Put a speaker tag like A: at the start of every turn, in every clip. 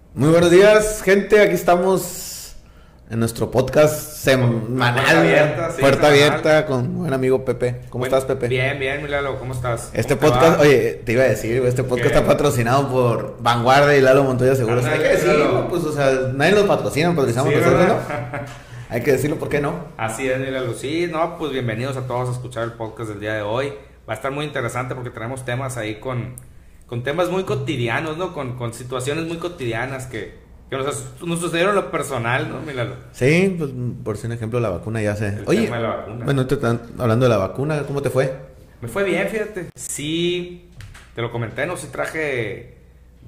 A: Muy buenos días, gente. Aquí estamos en nuestro podcast semanal. Puerta abierta con buen amigo Pepe. ¿Cómo estás, Pepe?
B: Bien, mi Lalo. ¿Cómo estás?
A: Este podcast, oye, te iba a decir, este podcast está patrocinado por Vanguardia y Lalo Montoya Seguros. Hay que decirlo, pues, o sea, nadie los patrocina, patrocinamos nosotros, ¿no? Hay que decirlo, ¿por qué no?
B: Así es, mi Lalo. Sí, no, pues bienvenidos a todos a escuchar el podcast del día de hoy. Va a estar muy interesante porque tenemos temas ahí con temas muy cotidianos, ¿no? Con situaciones muy cotidianas que nos sucedieron en lo personal, ¿no, Milalo?
A: Sí, pues por ser un ejemplo, la vacuna ya sé.
B: Oye, tema de la vacuna.
A: Bueno, te están hablando de la vacuna, ¿cómo te fue?
B: Me fue bien, fíjate. Sí, te lo comenté, ¿no? Sí traje,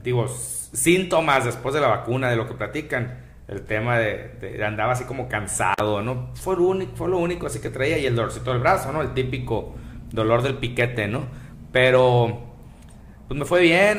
B: síntomas después de la vacuna, de lo que platican. El tema de andaba así como cansado, ¿no? Fue lo único así que traía, y el dolorcito del brazo, ¿no? El típico dolor del piquete, ¿no? Pero pues me fue bien,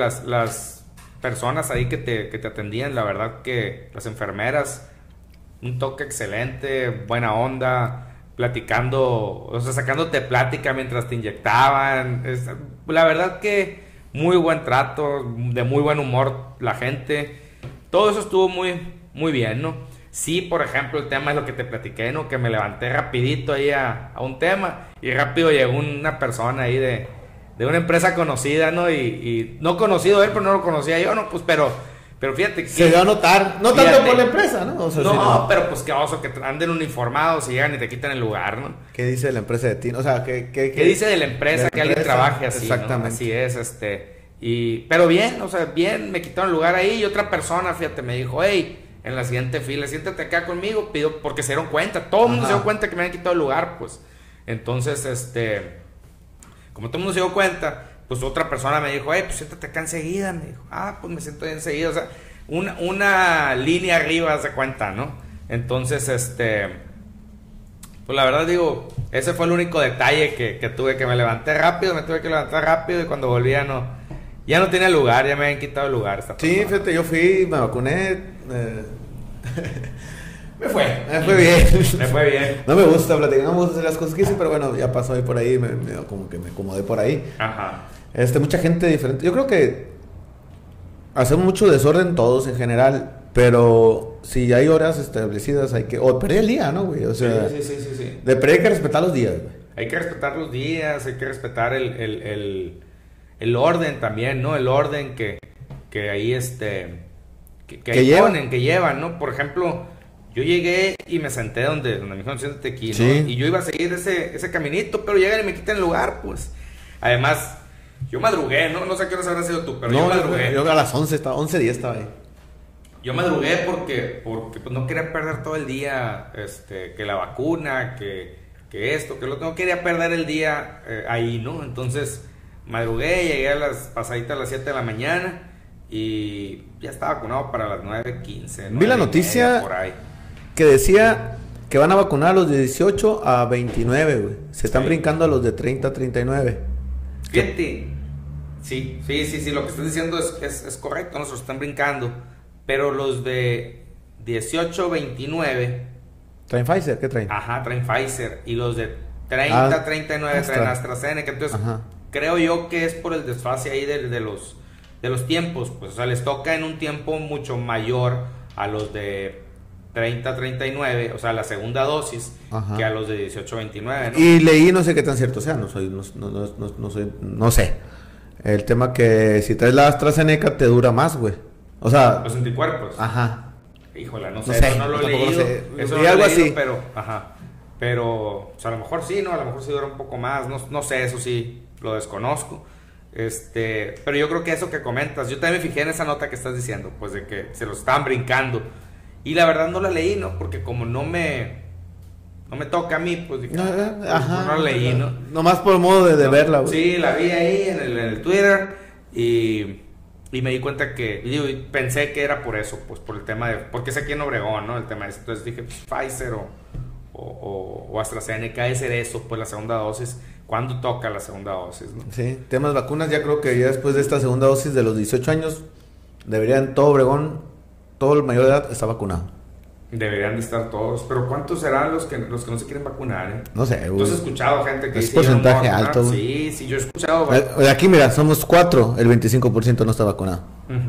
B: las personas ahí que te atendían, la verdad que las enfermeras, un toque excelente, buena onda, platicando, o sea, sacándote plática mientras te inyectaban. La verdad que muy buen trato, de muy buen humor la gente. Todo eso estuvo muy bien, ¿no? Sí, por ejemplo, el tema es lo que te platiqué, ¿no? Que me levanté rapidito ahí a un tema y rápido llegó una persona ahí de una empresa conocida, ¿no? Y no conocido él, pero no lo conocía yo, ¿no? Pues, pero fíjate que
A: se dio a notar, no
B: fíjate,
A: tanto por la empresa, ¿no? O sea,
B: no, pero pues qué oso que anden uniformados y llegan y te quitan el lugar, ¿no?
A: ¿Qué dice la empresa de ti? O sea, ¿qué
B: dice de la empresa que alguien trabaje así?
A: Exactamente.
B: ¿no? Así es, pero bien, o sea, bien, me quitaron el lugar ahí y otra persona, fíjate, me dijo, hey, en la siguiente fila, siéntate acá conmigo, pido, porque se dieron cuenta, todo el mundo se dio cuenta que me habían quitado el lugar, pues. Entonces, como todo el mundo se dio cuenta, pues otra persona me dijo, pues siéntate acá enseguida, me dijo, pues me siento enseguida, o sea, una línea arriba se cuenta, ¿no? Entonces, pues la verdad digo, ese fue el único detalle que tuve, que me tuve que levantar rápido y cuando volvía ya no tenía lugar, ya me habían quitado el lugar.
A: Sí, fíjate, yo fui, me vacuné, me fue bien.
B: Me fue bien.
A: No me gusta platicar, no me gusta hacer las cosas que hice, pero bueno, ya pasó ahí por ahí, como que me acomodé por ahí.
B: Ajá.
A: Mucha gente diferente. Yo creo que hacemos mucho desorden todos en general, pero si hay horas establecidas hay que... O perder el día, ¿no, güey? O sea,
B: sí.
A: De perder hay que respetar los días, güey.
B: Hay que respetar los días, hay que respetar el orden también, ¿no? El orden que ahí que llevan, ¿no? Por ejemplo, yo llegué y me senté donde me dijeron siéntate aquí, ¿no?
A: Sí.
B: Y yo iba a seguir ese caminito, pero llegan y me quitan el lugar, pues. Además, yo madrugué, ¿no? No sé a qué hora habrás sido tú, pero yo madrugué.
A: Yo a las 11:10 estaba ahí.
B: Yo madrugué porque pues no quería perder todo el día, que la vacuna, que esto, que lo otro. No quería perder el día ahí, ¿no? Entonces, madrugué, llegué a las pasaditas a las 7 de la mañana y ya estaba vacunado para las 9:15.
A: Vi la noticia
B: por ahí,
A: que decía que van a vacunar a los de 18 a 29, güey. Se están brincando a los de 30 a 39.
B: Fíjate, sí, lo que estás diciendo es correcto, no se lo están brincando, pero los de 18 a 29...
A: ¿Traen Pfizer? ¿Qué traen?
B: Ajá, traen Pfizer, y los de 30 a 39 traen AstraZeneca, entonces creo yo que es por el desfase ahí de los tiempos, pues, o sea, les toca en un tiempo mucho mayor a los de 30 a 39, o sea, la segunda dosis, que a los de 18 a 29, ¿no?
A: Y leí, no sé qué tan cierto sea, no sé. El tema que si traes la AstraZeneca te dura más, güey. O sea...
B: Los anticuerpos.
A: Ajá.
B: Híjole, no sé, eso no lo he leído. Eso no lo he leído, así. Pero, o sea, a lo mejor sí, ¿no? A lo mejor sí dura un poco más, no sé, eso sí, lo desconozco. Pero yo creo que eso que comentas, yo también me fijé en esa nota que estás diciendo, pues de que se los estaban brincando. Y la verdad no la leí, ¿no? Porque como no me toca a mí, pues dije, no la leí, ¿no?
A: Nomás por modo de verla, güey.
B: Sí, la vi ahí en el Twitter y me di cuenta que, pensé que era por eso, pues por el tema porque es aquí en Obregón, ¿no? El tema es, entonces dije, pues, Pfizer o AstraZeneca, es ser eso, pues la segunda dosis. ¿Cuándo toca la segunda dosis, no?
A: Sí, temas vacunas, ya creo que ya después de esta segunda dosis de los 18 años, deberían todo Obregón, todo el mayor de edad está vacunado.
B: Deberían de estar todos, pero ¿cuántos serán los que no se quieren vacunar?
A: No sé, güey.
B: ¿Tú has escuchado gente que
A: es dice porcentaje alto,
B: güey? Sí, yo he escuchado.
A: Aquí mira, somos 4, el 25% no está vacunado.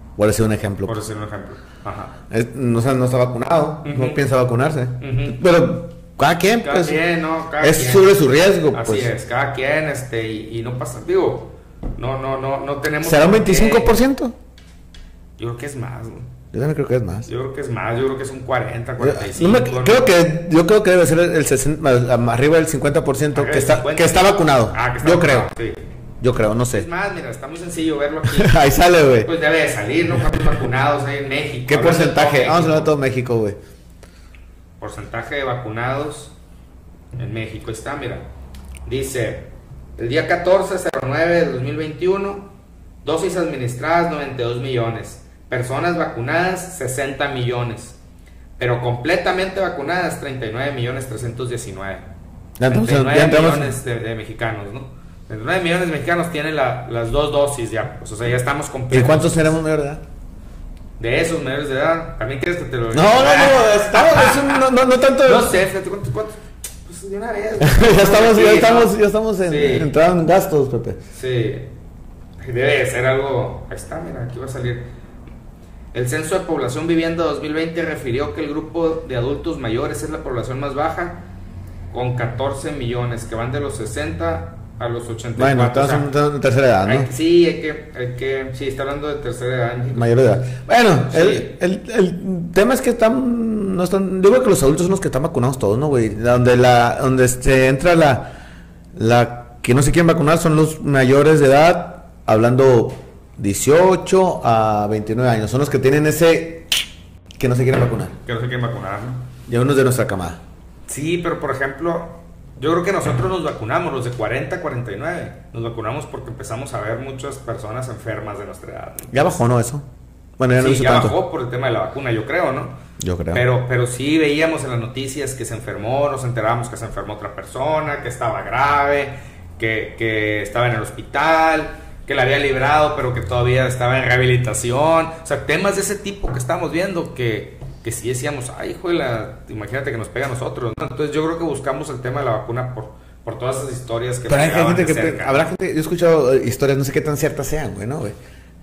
A: Por decir un ejemplo.
B: Por decir un ejemplo. Ajá.
A: O sea, no está vacunado, no piensa vacunarse. Pero cada quien,
B: Cada
A: pues.
B: quien, ¿no? Cada
A: es
B: quien.
A: sobre su riesgo,
B: Así
A: pues.
B: es, cada quien, y no pasa, digo, no tenemos...
A: ¿Será un 25%?
B: Yo creo que es más, güey.
A: Yo también creo que es más.
B: Yo creo que es más, yo creo que es un 40, 45.
A: Yo creo que debe ser el 60, arriba del 50% que está vacunado.
B: Que está
A: yo
B: vacunado,
A: creo.
B: Sí.
A: Yo creo, no sé.
B: Es más, mira, está muy sencillo verlo aquí.
A: Ahí sale, güey.
B: Pues debe de salir, ¿no? ¿Cuántos vacunados hay en México?
A: ¿Qué porcentaje? Vamos a hablar de todo México, güey.
B: Porcentaje de vacunados en México está, mira. Dice, el día 14/09 de 2021, dosis administradas 92 millones. Personas vacunadas 60 millones. Pero completamente vacunadas 39 millones 319.
A: Ya entramos,
B: 39 millones de mexicanos, ¿no? 39 millones de mexicanos tienen las dos dosis ya. Pues, o sea, ya estamos completos.
A: ¿Y cuántos seremos mayor de edad?
B: De esos menores de edad. ¿También quieres que te lo diga?
A: No tanto.
B: No sé, fíjate, ¿cuántos? Pues de una vez.
A: ya estamos entrando en gastos, Pepe.
B: Sí. Debe de ser algo. Ahí está, mira, aquí va a salir. El Censo de Población Vivienda 2020 refirió que el grupo de adultos mayores es la población más baja, con 14 millones, que van de los 60 a los 84.
A: Bueno, estamos en tercera edad, ¿no?
B: Sí, sí, está hablando de tercera edad.
A: Mayor de edad. Bueno,
B: Sí.
A: el tema es que no están, yo creo que los adultos son los que están vacunados todos, ¿no, güey? Donde se entra la que no se quieren vacunar son los mayores de edad, hablando 18 a 29 años, son los que tienen ese que no se quieren vacunar.
B: Que no se quieren vacunar, ¿no?
A: Y unos de nuestra camada.
B: Sí, pero por ejemplo, yo creo que nosotros nos vacunamos, los de 40 a 49, nos vacunamos porque empezamos a ver muchas personas enfermas de nuestra edad, ¿no?
A: Ya bajó, ¿no? Eso. Bueno, ya no
B: Sí,
A: hizo
B: ya
A: tanto.
B: bajó por el tema de la vacuna, yo creo, ¿no?
A: Yo creo.
B: Pero sí veíamos en las noticias que se enfermó, nos enterábamos que se enfermó otra persona, que estaba grave, que estaba en el hospital, que la había librado, pero que todavía estaba en rehabilitación. O sea, temas de ese tipo que estamos viendo que sí decíamos, ay, hijo de imagínate que nos pega a nosotros, ¿no? Entonces yo creo que buscamos el tema de la vacuna por todas esas historias que
A: pero hay gente
B: de cerca.
A: habrá gente, yo he escuchado historias, no sé qué tan ciertas sean, güey, ¿no, güey?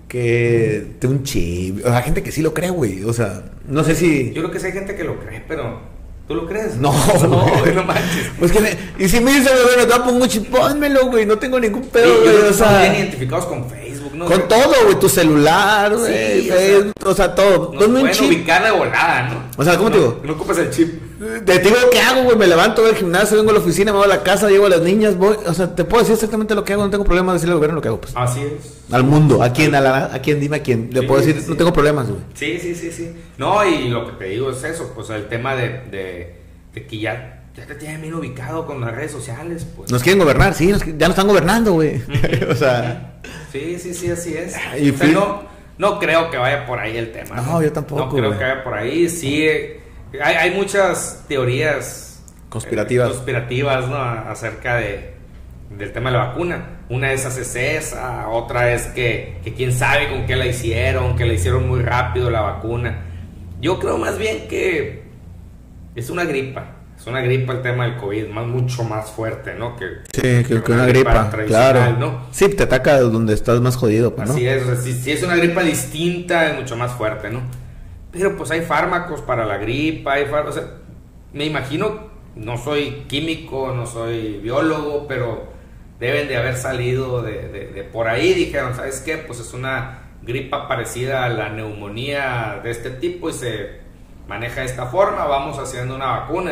A: Que de un chip, o sea, gente que sí lo cree, güey, o sea, no sé si...
B: Yo creo que sí hay gente que lo cree, pero... ¿Tú lo crees?
A: No,
B: güey, no manches.
A: Pues y si me dicen, güey, acá pongo un chip, pónmelo, güey, no tengo ningún pedo,
B: Sí,
A: güey, o
B: estamos bien
A: sea...
B: identificados con Facebook, ¿no?
A: Con todo, güey, tu celular, güey,
B: Sí,
A: Facebook, o sea, todo.
B: Nos
A: Ponme un
B: pueden
A: chip.
B: ubicar de volada, ¿no?
A: O sea, ¿cómo te digo?
B: No ocupas el chip.
A: Te digo qué hago, güey, me levanto, voy al gimnasio, vengo a la oficina, me voy a la casa, llevo a las niñas, voy, o sea, te puedo decir exactamente lo que hago, no tengo problema de decirle al gobierno lo que hago, pues.
B: Así es.
A: Al mundo, ¿a quién? ¿A quién? Dime a quién. Le
B: Sí,
A: puedo decir,
B: sí.
A: no tengo problemas, güey.
B: Sí. No, y lo que te digo es eso, pues el tema de que ya te tienen bien ubicado con las redes sociales, pues.
A: Nos quieren gobernar, sí, ya nos están gobernando, güey. O sea...
B: Sí, así es.
A: Y
B: O sea, no creo que vaya por ahí el tema.
A: No, yo tampoco,
B: No creo
A: güey.
B: que vaya por ahí, sí. Hay muchas teorías conspirativas, ¿no? Acerca del tema de la vacuna. Una de esas es esa, otra es que quién sabe con qué la hicieron, que la hicieron muy rápido la vacuna. Yo creo más bien que es una gripa. Es una gripa el tema del COVID, mucho más fuerte, ¿no?
A: Sí, que una gripa, claro.
B: ¿no?
A: Sí, te ataca donde estás más jodido, pues, ¿no?
B: Así es, o sea, si es una gripa distinta, es mucho más fuerte, ¿no? Pero pues hay fármacos para la gripa, o sea, me imagino, no soy químico, no soy biólogo, pero deben de haber salido de por ahí, dijeron, ¿sabes qué? Pues es una gripa parecida a la neumonía de este tipo y se maneja de esta forma, vamos haciendo una vacuna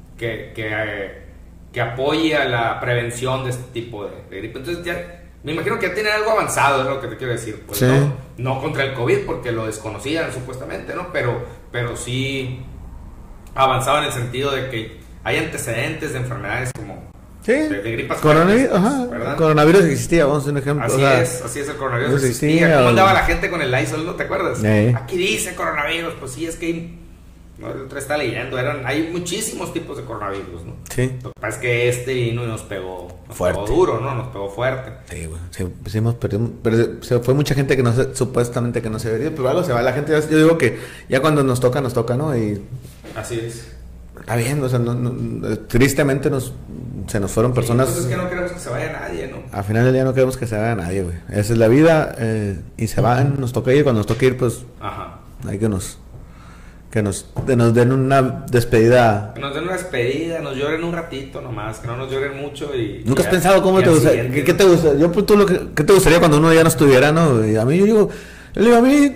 B: que apoye a la prevención de este tipo de gripe. Entonces ya, me imagino que ya tienen algo avanzado, es lo que te quiero decir. Pues,
A: sí.
B: No contra el COVID, porque lo desconocían supuestamente, ¿no? Pero sí avanzado en el sentido de que hay antecedentes de enfermedades como
A: Sí.
B: de gripas
A: Coronavirus,
B: fuertes,
A: ajá.
B: ¿verdad?
A: Coronavirus existía, vamos a hacer un ejemplo.
B: Así
A: o sea,
B: es, el coronavirus
A: no
B: existía. ¿Cómo andaba la gente con el Lysol, no te acuerdas? Aquí dice coronavirus, pues sí, es que no, el otro está leyendo, hay muchísimos tipos de coronavirus, ¿no?
A: Sí.
B: Lo que pasa es que este vino y nos pegó
A: Fuerte.
B: duro, ¿no? Nos pegó fuerte.
A: Sí, güey. Sí, hemos perdido, pero se fue mucha gente que supuestamente que no se vería, pero algo se va. La gente, yo digo que ya cuando nos toca, ¿no? Y
B: Así es.
A: está bien, o sea, tristemente se nos fueron personas.
B: Pues es que no queremos que se vaya nadie, ¿no?
A: Al final del día no queremos que se vaya nadie, güey. Esa es la vida, y se van, nos toca ir. Cuando nos toca ir, pues
B: Ajá.
A: hay que nos den una despedida.
B: Que nos den una despedida, nos lloren un ratito nomás, que no nos lloren mucho y...
A: ¿Nunca has pensado cómo te gustaría? ¿Qué te gusta? Yo, pues, ¿qué te gustaría cuando uno ya no estuviera, no? Y a mí, yo digo, a mí,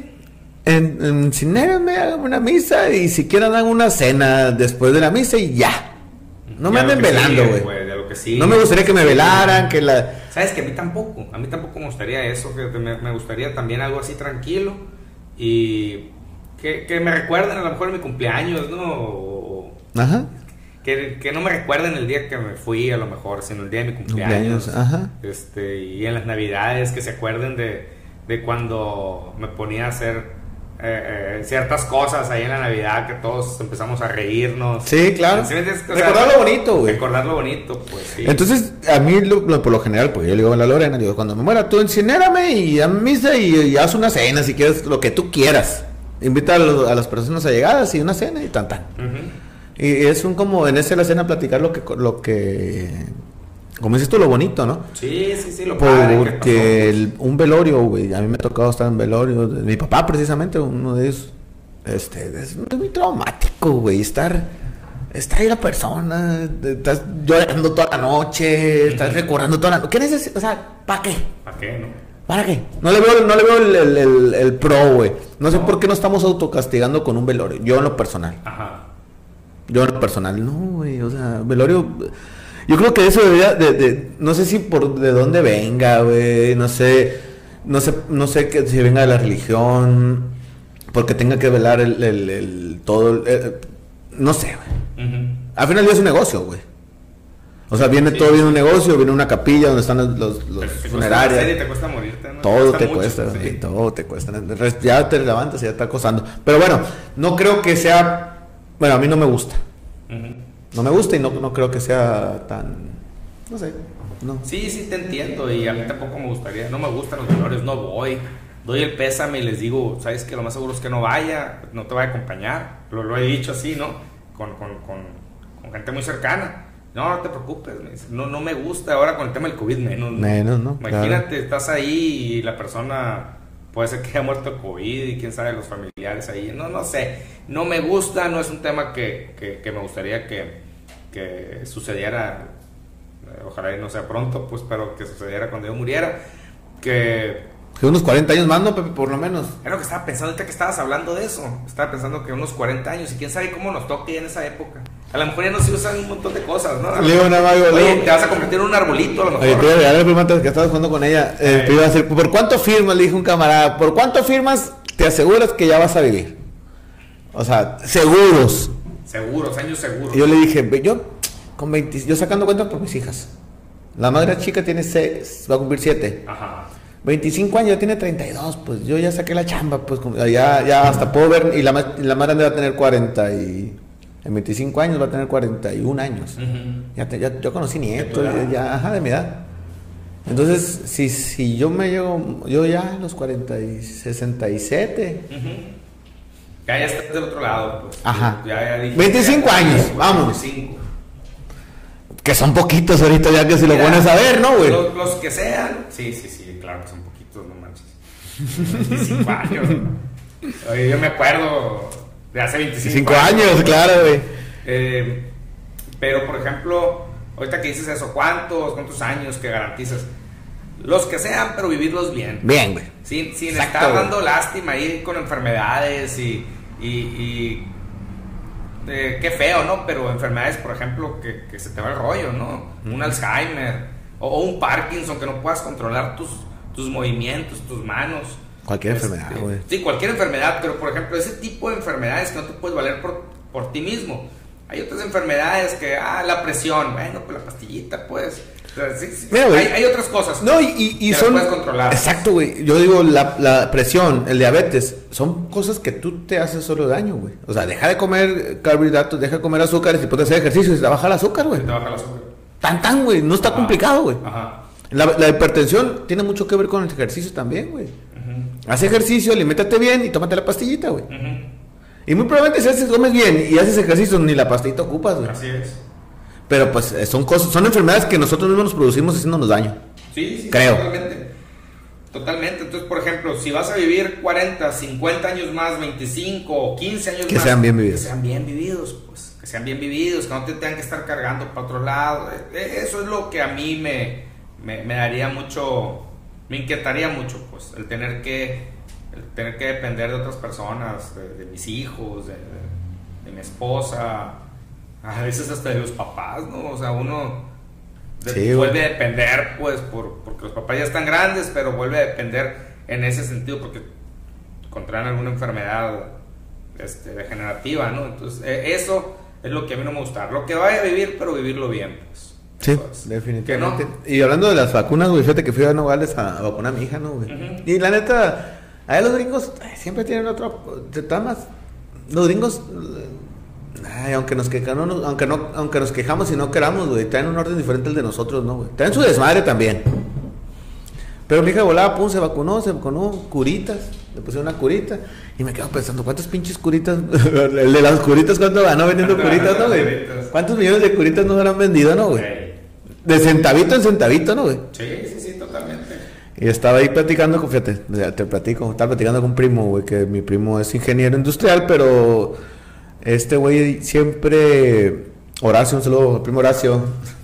A: en cine me hagan una misa y si quieren hagan una cena después de la misa y ya. No me anden velando, güey. No me gustaría que me velaran, que la...
B: ¿Sabes? Que a mí tampoco me gustaría eso, fíjate, me gustaría también algo así tranquilo y... Que me recuerden a lo mejor mi cumpleaños, ¿no?
A: Ajá.
B: Que no me recuerden el día que me fui, a lo mejor, sino el día de mi cumpleaños.
A: Ajá.
B: Y en las navidades, que se acuerden de cuando me ponía a hacer ciertas cosas ahí en la Navidad, que todos empezamos a reírnos.
A: Sí, claro.
B: ¿Sí?
A: Recordar lo bonito, güey.
B: Recordar lo bonito, pues sí.
A: Entonces, a mí, por lo general, pues yo le digo a la Lorena, digo, cuando me muera, tú incinérame y a misa y haz una cena, si quieres, lo que tú quieras. Invita a las personas allegadas y una cena y tan. Uh-huh. Y es como en la cena platicar lo que como dices tú, lo bonito, ¿no?
B: Sí, lo padre.
A: Porque un velorio, güey, a mí me ha tocado estar en velorio de mi papá, precisamente, uno de ellos, es muy traumático, güey, estar ahí la persona, estás llorando toda la noche, estás recordando toda la noche. ¿Qué necesitas? O sea, ¿para qué?
B: ¿Para qué, no?
A: ¿Para qué? No le veo el pro, güey. No sé por qué nos estamos autocastigando con un velorio. Yo en lo personal.
B: Ajá.
A: Yo en lo personal, no, güey. O sea, velorio... Yo creo que eso debería no sé si de dónde venga, güey. No sé que si venga de la religión. Porque tenga que velar todo... no sé, güey. Uh-huh. Al final es un negocio, güey. O sea, todo viene un negocio, viene una capilla donde están los funerarios.
B: Te cuesta morirte, ¿no?
A: Todo te cuesta, sí. Todo te cuesta. Ya te levantas y ya está costando. Pero bueno, no creo que sea... Bueno, a mí no me gusta. Uh-huh. No me gusta y no creo que sea tan... No sé, no.
B: Sí, te entiendo y a mí tampoco me gustaría. No me gustan los velorios, no voy. Doy el pésame y les digo, ¿sabes qué? Lo más seguro es que no vaya, no te vaya a acompañar. Lo he dicho así, ¿no? Con gente muy cercana. No te preocupes, no me gusta. Ahora con el tema del COVID menos,
A: ¿no?
B: Imagínate,
A: claro.
B: Estás ahí y la persona puede ser que haya muerto de COVID y quién sabe los familiares ahí. No sé, no me gusta, no es un tema que me gustaría que sucediera. Ojalá y no sea pronto, pues, pero que sucediera cuando yo muriera. Que
A: unos 40 años más, ¿no, Pepe? Por lo menos.
B: Es lo que estaba pensando ahorita que estabas hablando de eso. Estaba pensando que unos 40 años y quién sabe cómo nos toque en esa época. A lo mejor ya no se usan un montón de cosas, ¿no? Oye, te vas a convertir en un arbolito a lo mejor.
A: Oye, te voy a regalar el primo que estabas jugando con ella. Te iba a decir, ¿por cuánto firmas? Le dije a un camarada, ¿por cuánto firmas te aseguras que ya vas a vivir? O sea, seguros.
B: Años seguros.
A: Y yo le dije, yo sacando cuentas por mis hijas. La madre chica tiene 6, va a cumplir 7.
B: Ajá.
A: 25 años, ya tiene 32, pues yo ya saqué la chamba, pues ya hasta puedo ver, y la más grande va a tener 40 y en 25 años va a tener 41 años. Uh-huh. Yo conocí nietos, de mi edad. Entonces, si yo ya a los 40 y 67.
B: Uh-huh. Ya estás del otro lado, pues.
A: Ajá.
B: Ya dije,
A: 25 años, vámonos.
B: 25.
A: Que son poquitos ahorita ya que si lo pones a ver, ¿no, güey?
B: Los que sean. Sí, claro que son poquitos, no manches. 25 años. Oye, yo me acuerdo de hace 25
A: años, claro, güey.
B: Pero, por ejemplo, ahorita que dices eso, ¿cuántos años que garantizas? Los que sean, pero vivirlos bien.
A: Bien, güey.
B: Sin estar dando lástima ahí con enfermedades y qué feo, ¿no? Pero enfermedades, por ejemplo, que se te va el rollo, ¿no? Un Alzheimer o un Parkinson, que no puedas controlar tus movimientos, tus manos.
A: Cualquier enfermedad, güey.
B: Sí, cualquier enfermedad, pero por ejemplo, ese tipo de enfermedades que no te puedes valer por ti mismo. Hay otras enfermedades que, la presión, bueno, pues la pastillita, pues. O sea, sí, mira, hay otras cosas.
A: No, y
B: que
A: son.
B: Puedes controlar.
A: Exacto, güey. Yo digo, la presión, el diabetes, son cosas que tú te haces solo daño, güey. O sea, deja de comer carbohidratos, deja de comer azúcares y puedes hacer ejercicio y te baja el azúcar, güey.
B: Te baja el azúcar.
A: Tan, güey. No está complicado, güey.
B: Ajá.
A: La hipertensión tiene mucho que ver con el ejercicio también, güey. Uh-huh. Haz ejercicio, aliméntate bien y tómate la pastillita, güey. Uh-huh. Y muy probablemente si comes bien y haces ejercicio, ni la pastillita ocupas, güey.
B: Así es.
A: Pero pues son cosas, son enfermedades que nosotros mismos nos producimos haciéndonos daño.
B: Sí,
A: creo.
B: Totalmente. Entonces, por ejemplo, si vas a vivir 40, 50 años más, 25 o 15 años
A: que
B: más,
A: sean bien vividos.
B: Que sean bien vividos, pues. Que sean bien vividos, que no te tengan que estar cargando para otro lado. Eso es lo que a mí me daría mucho, me inquietaría mucho, pues, el tener que depender de otras personas, de mis hijos, de mi esposa, a veces hasta de los papás, ¿no? O sea, uno vuelve a depender, pues, porque los papás ya están grandes, pero vuelve a depender en ese sentido, porque contraen alguna enfermedad degenerativa, ¿no? Entonces, eso es lo que a mí no me gusta. Lo que vaya a vivir, pero vivirlo bien, pues.
A: Sí,
B: Entonces,
A: definitivamente.
B: ¿no?
A: Y hablando de las vacunas, güey, fíjate que fui a Nogales a vacunar a mi hija, ¿no, güey? Y la neta, allá los gringos siempre tienen otro temas. Los gringos, aunque nos quejamos y no queramos, güey, traen un orden diferente al de nosotros, ¿no, güey? Traen su desmadre también. Pero mi hija de volada, pum, se vacunó, curitas, le pusieron una curita, y me quedo pensando, ¿cuántas pinches curitas, el de las curitas, cuánto ganó vendiendo curitas, no, güey? ¿Cuántos millones de curitas nos habrán vendido, no, güey? De centavito en centavito, ¿no, güey?
B: Sí, totalmente.
A: Y estaba ahí platicando, fíjate, te platico, estaba platicando con un primo, güey, que mi primo es ingeniero industrial, pero este güey siempre, Horacio, un saludo al primo Horacio.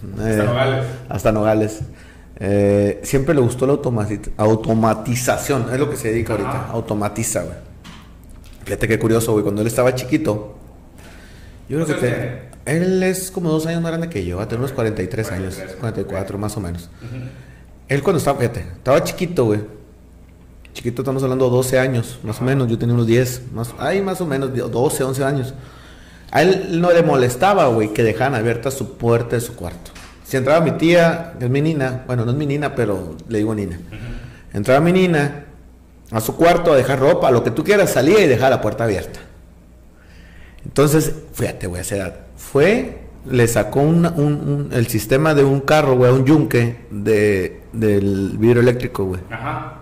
A: Hasta Nogales. Siempre le gustó la automatización, es lo que se dedica ahorita, automatiza, güey. Fíjate qué curioso, güey, cuando él estaba chiquito, yo creo que él es como 2 años más grande que yo, va a tener unos 43 años, 44 más o menos. Él cuando estaba chiquito, güey. Chiquito, estamos hablando de 12 años, más o menos. Yo tenía unos 10, más o menos 12, 11 años. A él no le molestaba, güey, que dejaran abierta su puerta de su cuarto. Si entraba mi tía, que es mi nina, bueno, no es mi nina, pero le digo nina. Entraba mi nina a su cuarto a dejar ropa, lo que tú quieras, salía y dejaba la puerta abierta. Entonces, fíjate, güey, a esa edad. Le sacó el sistema de un carro, güey, un yunque del vidrio eléctrico, güey. Ajá.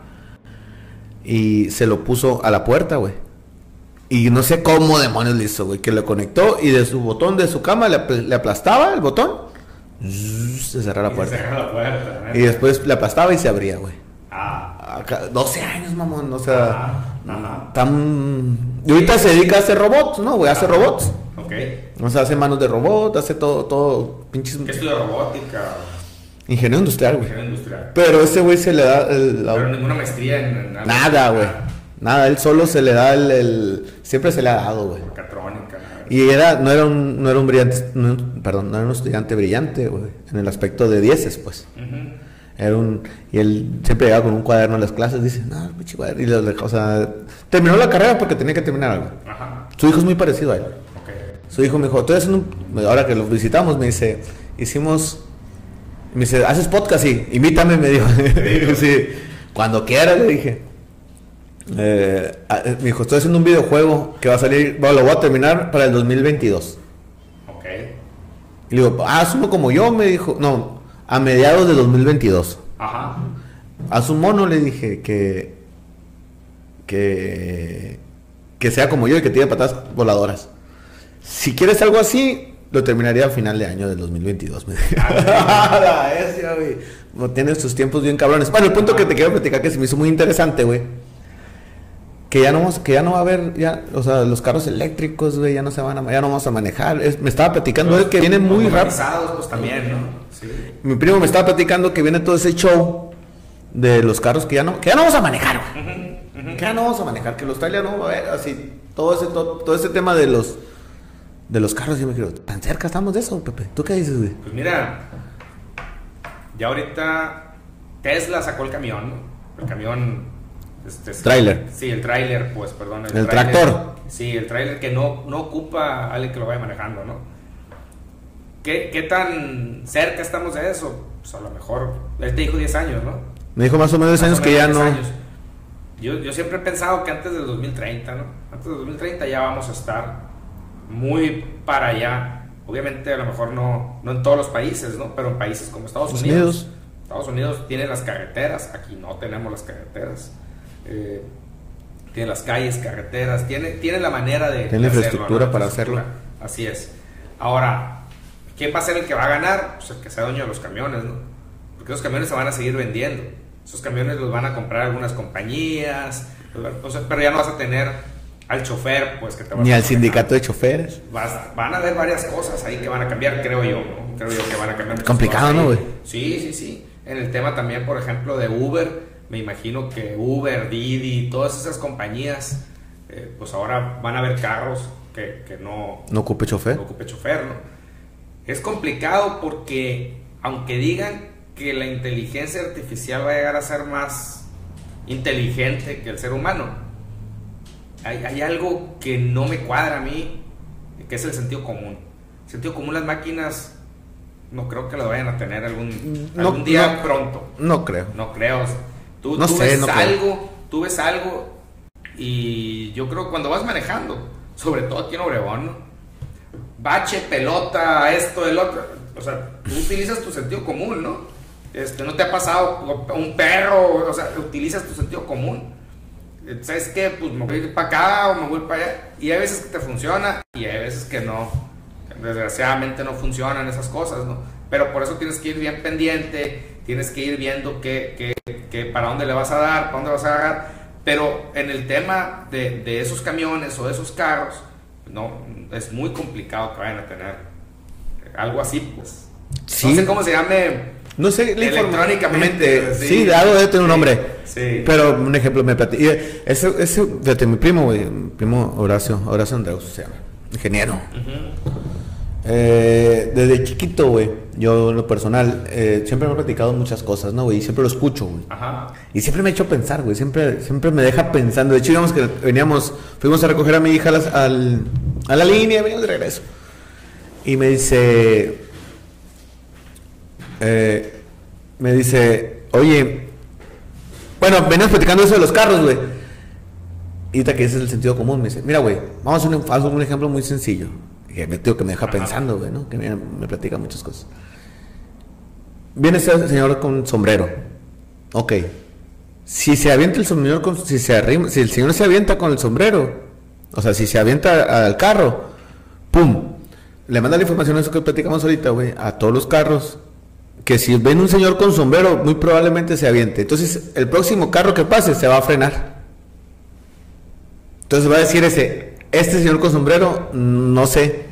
A: Y se lo puso a la puerta, güey. Y no sé cómo demonios le hizo, güey, que lo conectó y de su botón de su cama le aplastaba el botón, se cerraba la puerta. Y después le aplastaba y se abría, güey. 12 años, mamón, o sea, y ahorita se dedica a hacer robots, ¿no, güey? Hace robots. O sea, hace manos de robot, hace todo pinches.
B: ¿Qué estudia robótica?
A: Ingeniero industrial, güey. Pero ese güey se le da
B: pero ninguna maestría en
A: nada, güey. Nada, él solo se le da siempre se le ha dado, güey.
B: Mecatrónica.
A: Y no era un brillante, no era un estudiante brillante, güey, en el aspecto de 10, pues. Y él siempre llegaba con un cuaderno a las clases, dice, no, pinche cuaderno, o sea, terminó la carrera porque tenía que terminar algo. Ajá. Su hijo es muy parecido a él. Su hijo me dijo, ahora que lo visitamos, me dice, ¿haces podcast? Sí, invítame, me dijo. Sí, cuando quieras, le dije. Me dijo, estoy haciendo un videojuego que va a salir, lo voy a terminar para el 2022. Y le digo, haz uno como yo, me dijo, no, a mediados de 2022. Ajá. Haz un mono, le dije, que sea como yo y que tire patadas voladoras. Si quieres algo así, lo terminaría a final de año del 2022. Me dije. Tienes tus tiempos bien cabrones. Bueno, el punto que te quiero platicar que se me hizo muy interesante, güey. Que ya no va a haber, o sea, los carros eléctricos, güey, ya no vamos a manejar. Me estaba platicando él que viene muy rápido.
B: Pues también, ¿no? Sí.
A: Mi primo me estaba platicando que viene todo ese show de los carros que ya no vamos a manejar, güey. Que ya no vamos a manejar, que los trailers no va a haber, así, todo ese tema de los carros. Yo me creo, ¿tan cerca estamos de eso, Pepe? ¿Tú qué dices, güey?
B: Pues mira, ya ahorita Tesla sacó el camión, ¿no? El camión...
A: Trailer.
B: Sí, el trailer, pues, perdón.
A: El tractor.
B: Sí, el trailer que no ocupa a alguien que lo vaya manejando, ¿no? ¿Qué tan cerca estamos de eso? Pues a lo mejor, él te dijo 10 años, ¿no?
A: Me dijo más o menos 10 años que ya no...
B: Yo siempre he pensado que antes del 2030, ¿no? Antes del 2030 ya vamos a estar muy para allá. Obviamente a lo mejor no en todos los países, ¿no? Pero en países como Estados Unidos. Estados Unidos tiene las carreteras, aquí no tenemos las carreteras. Tiene las calles, carreteras, tiene la manera de
A: tiene infraestructura para hacerlo.
B: Así es. Ahora, ¿quién va a ser el que va a ganar? Pues el que sea dueño de los camiones, ¿no? Porque esos camiones se van a seguir vendiendo. Esos camiones los van a comprar algunas compañías, o sea, pero ya no vas a tener al chofer, pues, que te va
A: Ni
B: a
A: al sindicato de choferes.
B: Van a haber varias cosas ahí que van a cambiar, creo yo, ¿no? Creo yo que van a cambiar muchas
A: Complicado,
B: cosas
A: ¿no,
B: ahí.
A: güey?
B: Sí. En el tema también, por ejemplo, de Uber, me imagino que Uber, Didi, todas esas compañías, pues ahora van a haber carros que no
A: ocupe chofer.
B: No ocupe chofer, ¿no? Es complicado porque, aunque digan que la inteligencia artificial va a llegar a ser más inteligente que el ser humano, hay algo que no me cuadra a mí, que es el sentido común. El sentido común, las máquinas no creo que lo vayan a tener algún día pronto.
A: No creo.
B: No creo. Tú ves algo y yo creo que cuando vas manejando, sobre todo aquí en Obregón, ¿no? Bache, pelota, esto, el otro, o sea, tú utilizas tu sentido común, ¿no? No te ha pasado un perro, o sea, utilizas tu sentido común. ¿Sabes qué? Pues me voy a ir para acá o me voy para allá. Y hay veces que te funciona y hay veces que no. Desgraciadamente no funcionan esas cosas, ¿no? Pero por eso tienes que ir bien pendiente, tienes que ir viendo que para dónde le vas a dar, para dónde vas a agarrar. Pero en el tema de esos camiones o de esos carros, no, es muy complicado que vayan a tener algo así, pues. Sí. No sé cómo se llame.
A: No sé,
B: electrónicamente.
A: Sí, algo debe tener un nombre.
B: Sí.
A: Pero un ejemplo me platicó. Fíjate, mi primo, güey, mi primo Horacio Andreus se llama, ingeniero. Desde chiquito, güey, yo en lo personal, siempre me he platicado muchas cosas, ¿no, güey? Y siempre lo escucho, güey.
B: Ajá.
A: Y siempre me ha hecho pensar, güey, siempre me deja pensando. De hecho, digamos que fuimos a recoger a mi hija a la línea, venimos de regreso. Y me dice, oye, bueno, veníamos platicando eso de los carros, güey. Y ahorita que ese es el sentido común, me dice, mira, güey, vamos a hacer un ejemplo muy sencillo. Que me deja pensando, güey, ¿no? Que me platica muchas cosas. Viene ese señor con sombrero. Ok. Si se avienta el sombrero, si el señor se avienta con el sombrero, o sea, si se avienta al carro, ¡pum! Le manda la información, eso que platicamos ahorita, güey, a todos los carros, que si ven un señor con sombrero, muy probablemente se aviente. Entonces, el próximo carro que pase se va a frenar. Entonces va a decir este señor con sombrero, no se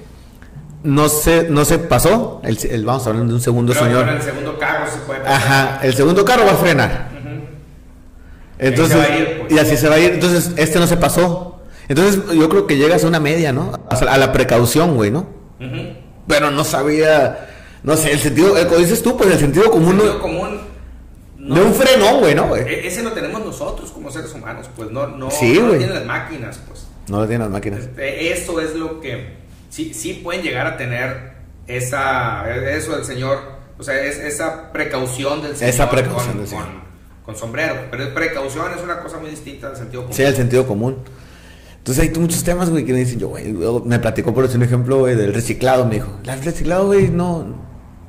A: pasó. Vamos a hablar de un segundo señor.
B: Pero el segundo carro se puede pasar.
A: Ajá, el segundo carro va a frenar. Entonces, y así se va a ir. Entonces, este no se pasó. Entonces, yo creo que llegas a una media, ¿no? A la precaución, güey, ¿no? Pero no sabía, no sé, el sentido, como dices tú, pues el sentido común.
B: El sentido común.
A: No, de un freno, güey, ¿no, güey?
B: Ese lo tenemos nosotros como seres humanos, pues no
A: sí,
B: lo tienen las máquinas, pues.
A: No lo tienen las máquinas.
B: Eso es lo que sí pueden llegar a tener eso del señor, o sea, esa precaución del señor.
A: Esa precaución del señor.
B: Con sombrero, pero precaución es una cosa muy distinta al sentido común.
A: Sí, el sentido común. Entonces hay muchos temas, güey, que me dicen, güey, me platicó por decir un ejemplo, güey, del reciclado, me dijo. El reciclado, güey, ¿No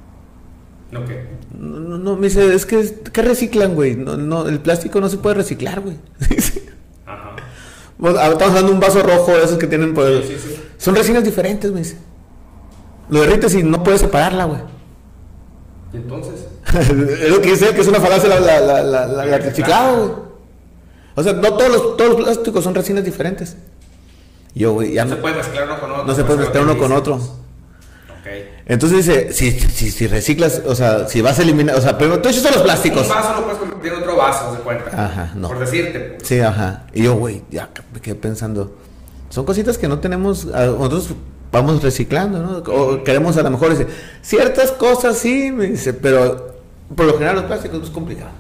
A: qué? No, me dice, es que, ¿qué reciclan, güey? No, el plástico no se puede reciclar, güey.
B: Ajá.
A: Estamos hablando de un vaso rojo de esos que tienen, pues,
B: sí.
A: Son resinas diferentes, me dice. Lo derrites y no puedes separarla, güey.
B: ¿Y entonces?
A: Es lo que dice, que es una falacia la reciclado, güey. O sea, no todos los plásticos son resinas diferentes. Yo, güey, ya
B: no se puede mezclar uno con otro.
A: No se puede mezclar uno con otro.
B: Okay.
A: Entonces dice, si reciclas, o sea, si vas a eliminar, o sea, pero tú echas a los plásticos.
B: Un vaso lo puedes convertir en otro vaso, se cuenta.
A: Ajá, no.
B: Por decirte.
A: Sí, ajá. Y yo, güey, ya me quedé pensando, son cositas que no tenemos, nosotros vamos reciclando, ¿no? O queremos a lo mejor, dice, ciertas cosas sí, me dice, pero por lo general los plásticos es complicado.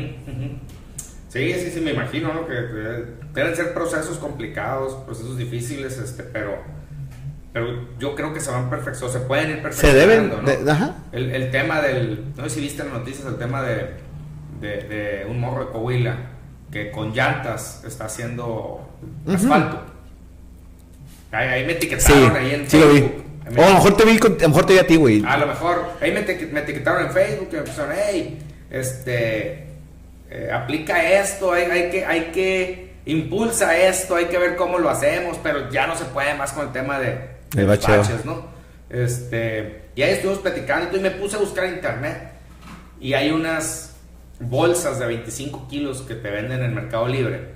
B: Sí, me imagino, ¿no? Que deben ser procesos complicados, procesos difíciles, pero yo creo que se van perfeccionando, se pueden ir perfeccionando.
A: Se deben,
B: ¿no?
A: Ajá.
B: El tema no sé si viste en las noticias, el tema de un morro de Coahuila que con llantas está haciendo asfalto. Ahí me etiquetaron, ahí en
A: Facebook.
B: Sí, lo vi.
A: A lo mejor te vi a ti, güey.
B: A lo mejor, ahí me etiquetaron en Facebook, que me pusieron, hey, aplica esto, hay que impulsa esto, hay que ver cómo lo hacemos, pero ya no se puede más con el tema de
A: el baches,
B: ¿no? Y ahí estuvimos platicando y me puse a buscar en internet. Y hay unas bolsas de 25 kilos que te venden en Mercado Libre.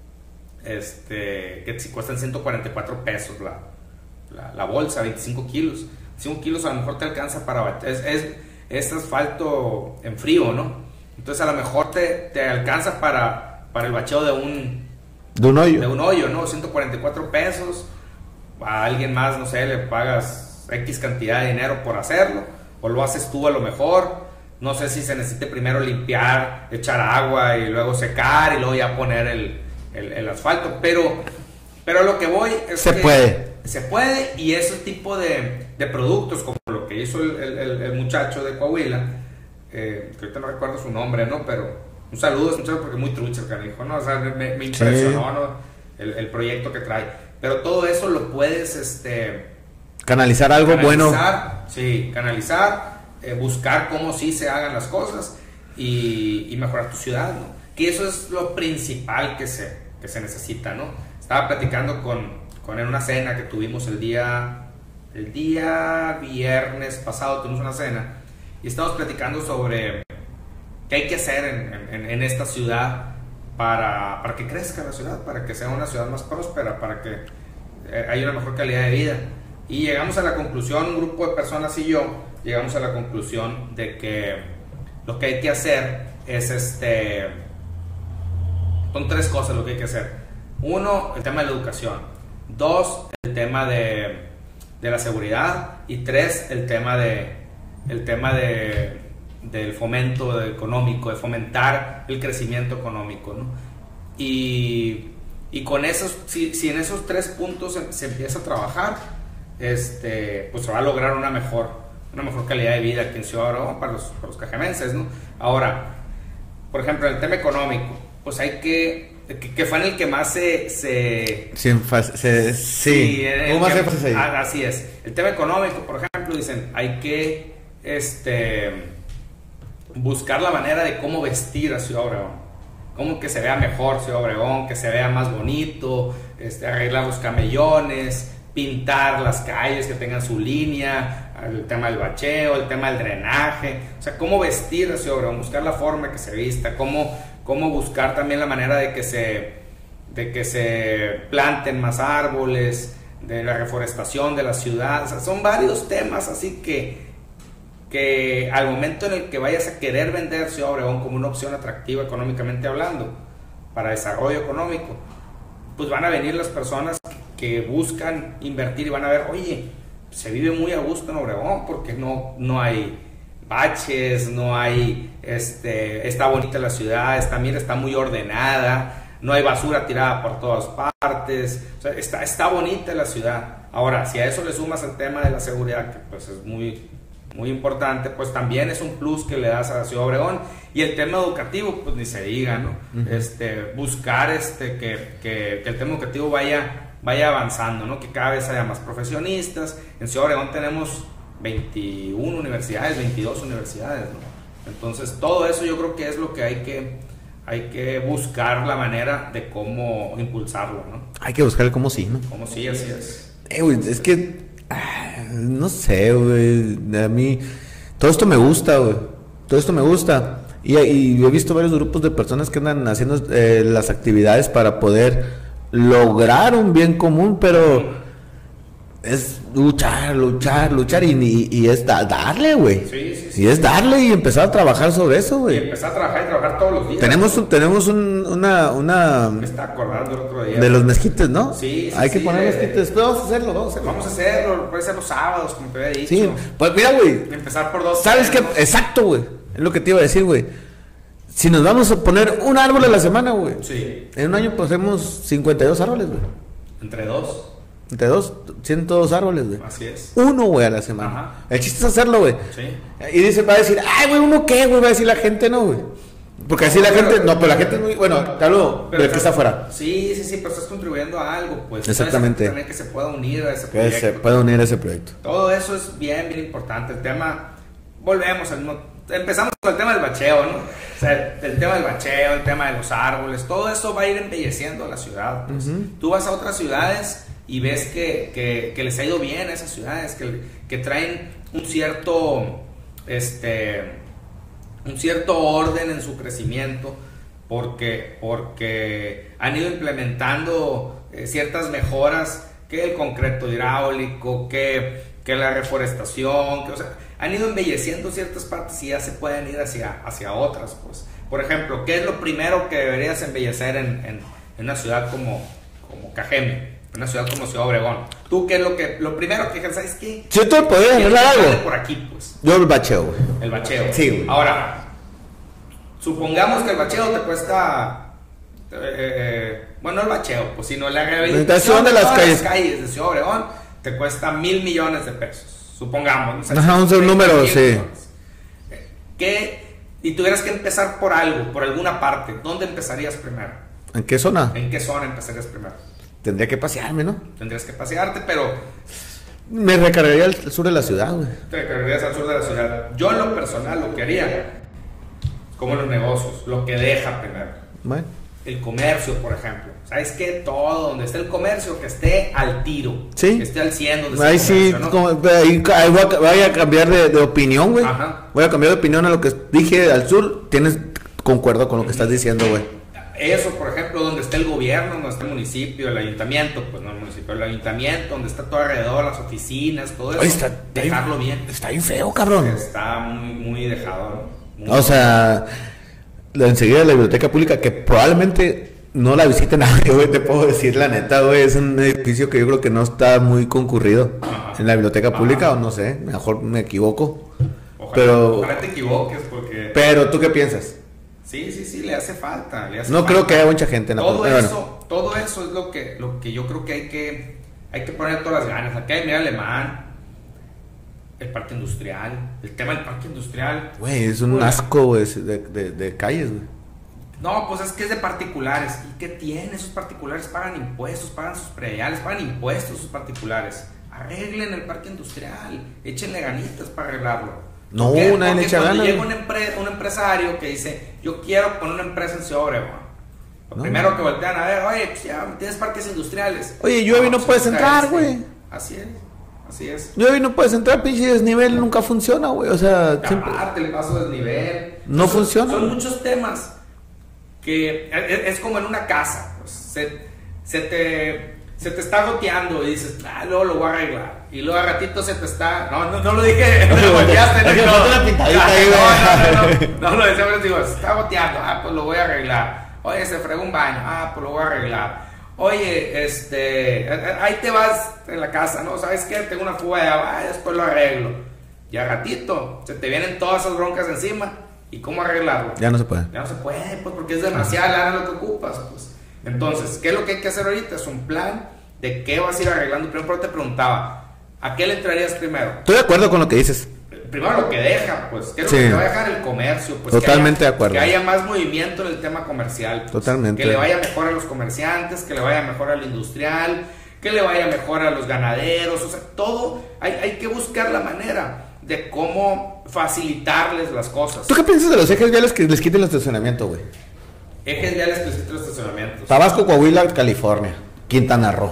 B: Que si cuestan 144 pesos la bolsa, 25 kilos. 5 kilos a lo mejor te alcanza para... Es asfalto en frío, ¿no? Entonces a lo mejor te alcanza para el bacheo de un
A: hoyo.
B: De un hoyo, ¿no? 144 pesos. A alguien más, no sé, le pagas X cantidad de dinero por hacerlo. O lo haces tú a lo mejor. No sé si se necesite primero limpiar, echar agua y luego secar y luego ya poner el asfalto. Pero lo que voy es
A: se puede.
B: Se puede, y ese tipo de productos, como lo que hizo el muchacho de Coahuila, que ahorita no recuerdo su nombre, ¿no? Pero un saludo a ese muchacho porque es muy trucha el canijo, ¿no? O sea, me impresionó, ¿no? El proyecto que trae. Pero todo eso lo puedes,
A: canalizar algo bueno.
B: Sí, canalizar, buscar cómo sí se hagan las cosas y mejorar tu ciudad, ¿no? Que eso es lo principal que se necesita, ¿no? Estaba platicando en una cena que tuvimos el día viernes pasado, tuvimos una cena y estábamos platicando sobre qué hay que hacer en esta ciudad para que crezca la ciudad, para que sea una ciudad más próspera, para que haya una mejor calidad de vida. Y llegamos a la conclusión, un grupo de personas y yo, llegamos a la conclusión de que lo que hay que hacer es son 3 cosas lo que hay que hacer. 1, el tema de la educación. 2, el tema de la seguridad. Y 3, el tema del fomento económico, de fomentar el crecimiento económico, ¿no? Y con esos, si en esos 3 puntos se empieza a trabajar, pues se va a lograr una mejor calidad de vida aquí en Ciudad Obregón para los cajemenses, ¿no? Ahora, por ejemplo, el tema económico, pues hay que fue en el que más sí.
A: ¿Cómo más énfasis ahí?
B: Así es. El tema económico, por ejemplo, dicen, hay que buscar la manera de cómo vestir a Ciudad Obregón. Cómo que se vea mejor Ciudad Obregón, que se vea más bonito, arreglar los camellones, pintar las calles que tengan su línea, el tema del bacheo, el tema del drenaje, o sea, cómo vestir a Ciudad Obregón, buscar la forma que se vista, cómo buscar también la manera de que se planten más árboles, de la reforestación de la ciudad. O sea, son varios temas así que al momento en el que vayas a querer vender Ciudad Obregón como una opción atractiva económicamente hablando, para desarrollo económico, pues van a venir las personas que buscan invertir y van a ver, oye, se vive muy a gusto en Obregón porque no hay baches, no hay, está bonita la ciudad, también está muy ordenada, no hay basura tirada por todas partes, o sea, está bonita la ciudad. Ahora, si a eso le sumas el tema de la seguridad, que pues es muy, muy importante, pues también es un plus que le das a la Ciudad Obregón. Y el tema educativo, pues ni se diga, ¿no? Buscar que el tema educativo vaya avanzando, ¿no? Que cada vez haya más profesionistas. En Ciudad Obregón tenemos 21 universidades, 22 universidades, ¿no? Entonces todo eso yo creo que es lo que hay que buscar la manera de cómo impulsarlo, ¿no?
A: Hay que buscar el cómo sí, ¿no?
B: Cómo sí, así es.
A: Güey, es que no sé, güey, a mí todo esto me gusta, güey, todo esto me gusta y he visto varios grupos de personas que andan haciendo las actividades para poder lograr un bien común, pero es luchar y es darle, güey. Sí. Y es darle y empezar a trabajar sobre eso, güey.
B: Y empezar a trabajar todos los días.
A: Tenemos una
B: me está acordando el otro día
A: de los mezquites, ¿no?
B: Sí.
A: Hay que poner mezquites. Pero vamos a hacerlo.
B: Puede ser los sábados, como te había dicho.
A: Sí, pues mira, güey.
B: Empezar por 2.
A: ¿Sabes qué? Exacto, güey. Es lo que te iba a decir, güey. Si nos vamos a poner un árbol a la semana, güey.
B: Sí.
A: En un año posemos 52 árboles, güey.
B: Entre 2,
A: 102 árboles, güey.
B: Así es.
A: Uno, güey, a la semana.
B: Ajá.
A: El chiste es hacerlo, güey.
B: Sí.
A: Y va a decir, ay, güey, ¿uno qué, güey? Va a decir la gente, no, güey. Porque así la gente, pero la gente es muy, bueno, te hablo del que está afuera.
B: Sí, pero estás contribuyendo a algo, pues.
A: Exactamente.
B: También que se pueda unir a ese proyecto.
A: Que se pueda unir a ese proyecto.
B: Todo eso es bien importante. El tema, empezamos con el tema del bacheo, ¿no? O sea, el tema del bacheo, el tema de los árboles, todo eso va a ir embelleciendo la ciudad, pues. Tú vas a otras ciudades y ves que les ha ido bien a esas ciudades, que traen un cierto orden en su crecimiento, porque han ido implementando ciertas mejoras, que el concreto hidráulico, que la reforestación, o sea, han ido embelleciendo ciertas partes y ya se pueden ir hacia otras, pues. Por ejemplo, ¿qué es lo primero que deberías embellecer en una ciudad como Cajeme? Una ciudad como Ciudad Obregón. ¿Tú qué es lo primero que dices? ¿Sabes qué?
A: Si tú podías arreglar algo.
B: Por aquí, pues.
A: Yo el bacheo, güey.
B: El bacheo.
A: Sí, güey.
B: Ahora, supongamos que el bacheo te cuesta... bueno, el bacheo, pues, sino la rehabilitación de las calles de Ciudad Obregón te cuesta 1,000 millones de pesos. Supongamos. ¿No?
A: Ajá, un número, sí.
B: Y tuvieras que empezar por algo, por alguna parte, ¿dónde empezarías primero?
A: ¿En qué zona?
B: ¿En qué zona empezarías primero?
A: Tendría que pasearme, ¿no?
B: Tendrías que pasearte, pero...
A: Me recargaría al sur de la ciudad, güey.
B: Te recargarías al sur de la ciudad. Yo en lo personal lo que haría, como en los negocios, lo que deja primero.
A: Bueno.
B: El comercio, por ejemplo. ¿Sabes qué? Todo donde esté el comercio, que esté al tiro.
A: Sí.
B: Que esté al 100 donde esté
A: ahí
B: el comercio,
A: sí,
B: ¿no?
A: ahí voy a cambiar de opinión, güey.
B: Ajá.
A: Voy a cambiar de opinión a lo que dije al sur. Concuerdo con lo que estás diciendo, güey.
B: Eso, por ejemplo, donde está el gobierno, donde está el municipio, el ayuntamiento, pues no el municipio, el ayuntamiento, donde está todo alrededor, las oficinas, todo eso.
A: Oye,
B: dejarlo bien.
A: Está bien feo, cabrón.
B: Está muy dejado, ¿no?
A: O sea, enseguida la biblioteca pública, que probablemente no la visite nadie, güey, te puedo decir la neta, güey, es un edificio que yo creo que no está muy concurrido. Ajá. En la biblioteca pública, o no sé, mejor me equivoco.
B: Ojalá te equivoques, porque...
A: Pero, ¿tú qué piensas?
B: Sí, le hace falta.
A: No creo que haya mucha gente en la
B: todo eso es lo que yo creo que hay que poner todas las ganas. Aquí hay Mira Alemán, el parque industrial, el tema del parque industrial.
A: Güey, es un asco, güey, de calles, güey.
B: No, pues es que es de particulares. ¿Y qué tiene? Esos particulares pagan impuestos, pagan sus prediales, pagan impuestos sus particulares. Arreglen el parque industrial, échenle ganitas para arreglarlo.
A: No, nadie le echa ganas.
B: Cuando llega un empresario que dice, yo quiero poner una empresa en Ciudad Obregón, lo primero que voltean a ver, oye, pues ya tienes parques industriales.
A: Oye, llueve y no puedes entrar, güey.
B: Así es.
A: Llueve y no puedes entrar, pinche desnivel nunca funciona, güey. O sea,
B: aparte el paso desnivel.
A: No funciona.
B: Son muchos temas que es como en una casa, pues, se te está goteando y dices, luego lo voy a arreglar. Y luego a ratito se te está... No lo dije, no lo volteaste. No lo decía, pero digo, se está goteando, pues lo voy a arreglar. Oye, se fregó un baño, pues lo voy a arreglar. Oye, ahí te vas en la casa, ¿no? ¿Sabes qué? Tengo una fuga de agua, después lo arreglo. Y a ratito se te vienen todas esas broncas encima. ¿Y cómo arreglarlo?
A: Ya no se puede.
B: Ya no se puede, pues porque es demasiada lana lo que ocupas, pues. Entonces, ¿qué es lo que hay que hacer ahorita? Es un plan de qué vas a ir arreglando. Primero te preguntaba, ¿a qué le entrarías primero?
A: Estoy de acuerdo con lo que dices.
B: Primero lo que deja, pues, ¿qué es lo que te va a dejar el comercio? Pues
A: totalmente de acuerdo.
B: Que haya más movimiento en el tema comercial. Pues,
A: totalmente.
B: Que le vaya mejor a los comerciantes, que le vaya mejor al industrial, que le vaya mejor a los ganaderos. O sea, todo, hay que buscar la manera de cómo facilitarles las cosas.
A: ¿Tú qué piensas de los ejes viales que les quiten el estacionamiento, güey?
B: Ejes viales que les quiten los estacionamientos.
A: Tabasco, Coahuila, California, Quintana Roo.